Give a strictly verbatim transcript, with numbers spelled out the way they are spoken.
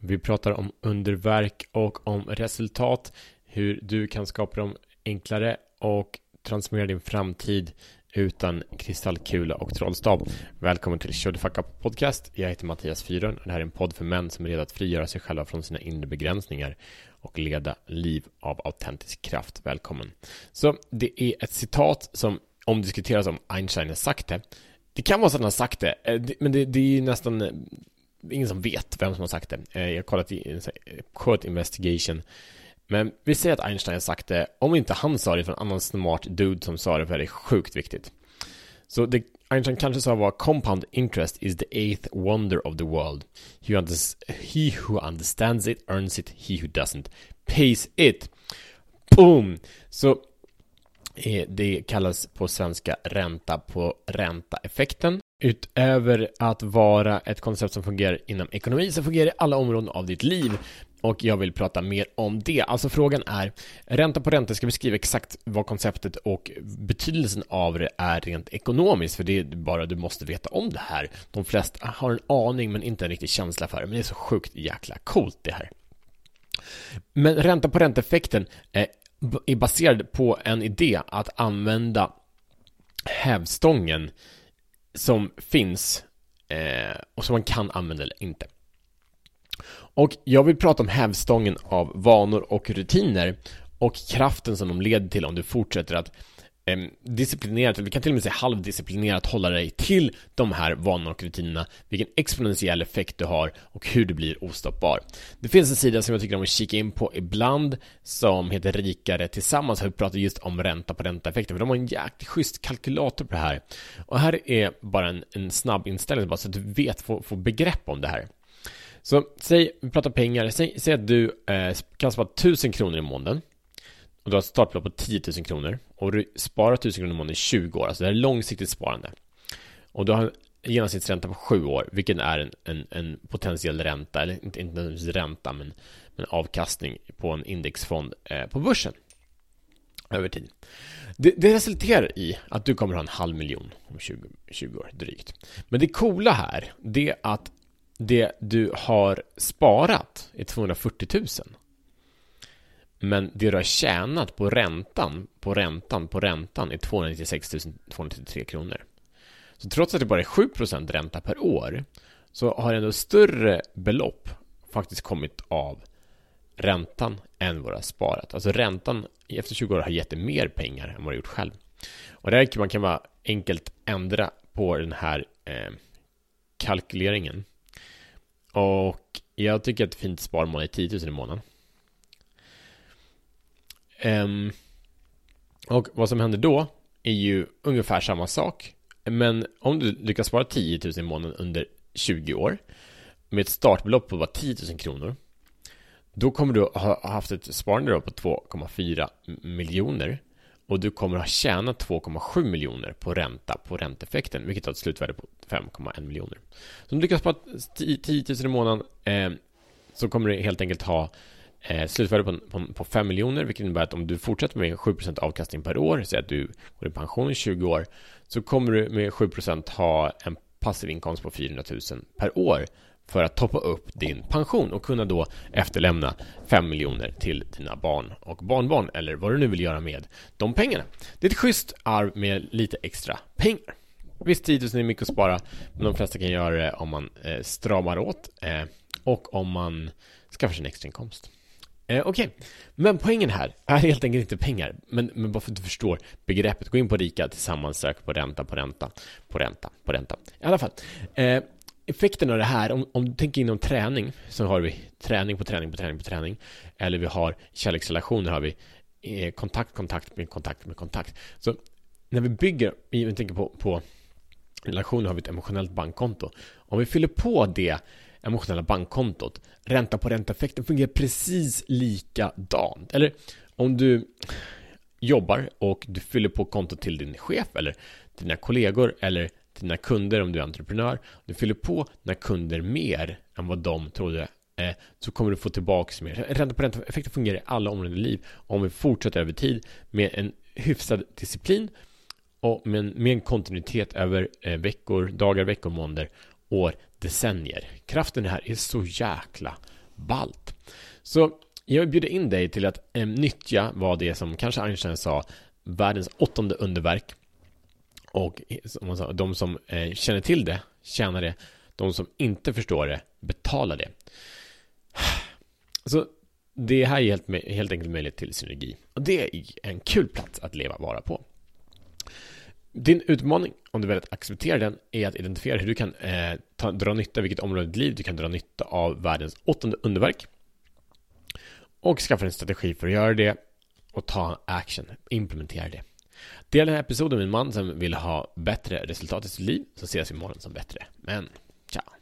Vi pratar om underverk och om resultat, hur du kan skapa dem enklare och transformera din framtid utan kristallkula och trollstav. Välkommen till Show the Fuck Up podcast. Jag heter Mattias Fyron och det här är en podd för män som är redo att frigöra sig själva från sina inre begränsningar och leda liv av autentisk kraft. Välkommen. Så det är ett citat som omdiskuteras om Einstein har sagt det. Det kan vara så att han har sagt det, men det, det är nästan ingen som vet vem som har sagt det. Jag har kollat i en quote investigation. Men vi säger att Einstein har sagt det. Om inte han sa det, för en annan smart dude som sa det, för det är sjukt viktigt. Så det Einstein kanske sa var: compound interest is the eighth wonder of the world. He, unders- he who understands it earns it. He who doesn't pays it. Boom! Så eh, det kallas på svenska ränta på ränta-effekten. Utöver att vara ett koncept som fungerar inom ekonomi så fungerar det i alla områden av ditt liv. Och jag vill prata mer om det. Alltså frågan är, ränta på ränta, ska beskriva exakt vad konceptet och betydelsen av det är rent ekonomiskt. För det är bara du måste veta om det här. De flesta har en aning men inte en riktig känsla för det. Men det är så sjukt jäkla coolt det här. Men ränta på ränta-effekten är baserad på en idé att använda hävstången som finns eh, och som man kan använda eller inte. Och jag vill prata om hävstången av vanor och rutiner och kraften som de leder till om du fortsätter att eh, disciplinerat, vi kan till och med säga halvdisciplinerat hålla dig till de här vanorna och rutinerna, vilken exponentiell effekt du har och hur du blir ostoppbar. Det finns en sida som jag tycker om att kika in på ibland som heter Rikare Tillsammans, har vi pratat just om ränta på ränta-effekten, för de har en jäkligt schysst kalkylator på det här. Och här är bara en, en snabb inställning bara så att du vet, få, få begrepp om det här. Så säg, vi pratar pengar, säg, säg att du eh, kan spara tusen kronor i månaden och du har ett startbelopp på tio tusen kronor och du sparar tusen kronor i månaden i tjugo år, alltså det är långsiktigt sparande. Och du har en genomsnittsränta på sju år, vilken är en, en, en potentiell ränta, eller inte, inte ränta men, men avkastning på en indexfond eh, på börsen över tid. Det, det resulterar i att du kommer ha en halv miljon om tjugo, tjugo år drygt. Men det coola här, det är att det du har sparat är tvåhundrafyrtio tusen. Men det du har tjänat på räntan, på räntan, på räntan är tvåhundranittiosex tusen tvåhundratrettiotre kronor. Så trots att det bara är sju procent ränta per år så har ändå större belopp faktiskt kommit av räntan än vad du har sparat. Alltså räntan efter tjugo år har gett dig mer pengar än vad du har gjort själv. Och där kan man kan vara enkelt ändra på den här eh, kalkyleringen. Och jag tycker att det är fint sparmål i tio tusen i månaden. Um, och vad som händer då är ju ungefär samma sak. Men om du lyckas spara tio tusen i månaden under tjugo år med ett startbelopp på bara tio tusen kronor, då kommer du ha haft ett sparande på två komma fyra miljoner och du kommer ha tjänat två komma sju miljoner på ränta på ränteeffekten, vilket har ett slutvärde på fem komma en miljoner. Så om du lyckas spara tio tusen i månaden eh, så kommer du helt enkelt ha eh, slutvärde på, på, på fem miljoner, vilket innebär att om du fortsätter med sju procent avkastning per år, så att du går i pension i tjugo år, så kommer du med sju procent ha en passiv inkomst på fyrahundratusen per år för att toppa upp din pension och kunna då efterlämna fem miljoner till dina barn och barnbarn eller vad du nu vill göra med de pengarna. Det är ett schysst arv med lite extra pengar. Visst, tio tusen är mycket att spara, men de flesta kan göra det om man eh, stramar åt eh, och om man skaffar sin extra inkomst. Eh, Okej, okay. Men poängen här är helt enkelt inte pengar, men, men bara för att du förstår begreppet. Gå in på Rika Tillsammans, sök på ränta på ränta på ränta på ränta. I alla fall, eh, effekten av det här, om, om du tänker inom träning, så har vi träning på träning på träning på träning. Eller vi har kärleksrelationer, har vi eh, kontakt, kontakt med kontakt med kontakt. Så när vi bygger, vi tänker på, på relationer, har vi ett emotionellt bankkonto. Om vi fyller på det emotionella bankkontot, ränta på ränta-effekten fungerar precis likadant. Eller om du jobbar och du fyller på kontot till din chef eller till dina kollegor eller till dina kunder om du är entreprenör, du fyller på dina kunder mer än vad de trodde, eh, så kommer du få tillbaka mer. Ränta på ränta-effekten fungerar i alla områden i liv om vi fortsätter över tid med en hyfsad disciplin och med en, med en kontinuitet över eh, veckor, dagar, veckor, månader, år, decennier. Kraften här är så jäkla ballt. Så jag bjuder in dig till att eh, nyttja vad det som kanske Einstein sa, världens åttonde underverk. Och som man sa, de som eh, känner till det, tjänar det. De som inte förstår det, betalar det. Så det här är helt, helt enkelt möjligt till synergi. Och det är en kul plats att leva och vara på. Din utmaning, om du väljer att acceptera den, är att identifiera hur du kan eh, ta, dra nytta av vilket område i ditt liv du kan dra nytta av världens åttonde underverk. Och skaffa en strategi för att göra det och ta action, implementera det. Dela den här episoden med en man som vill ha bättre resultat i sitt liv, så ses vi imorgon som bättre. Men, ciao!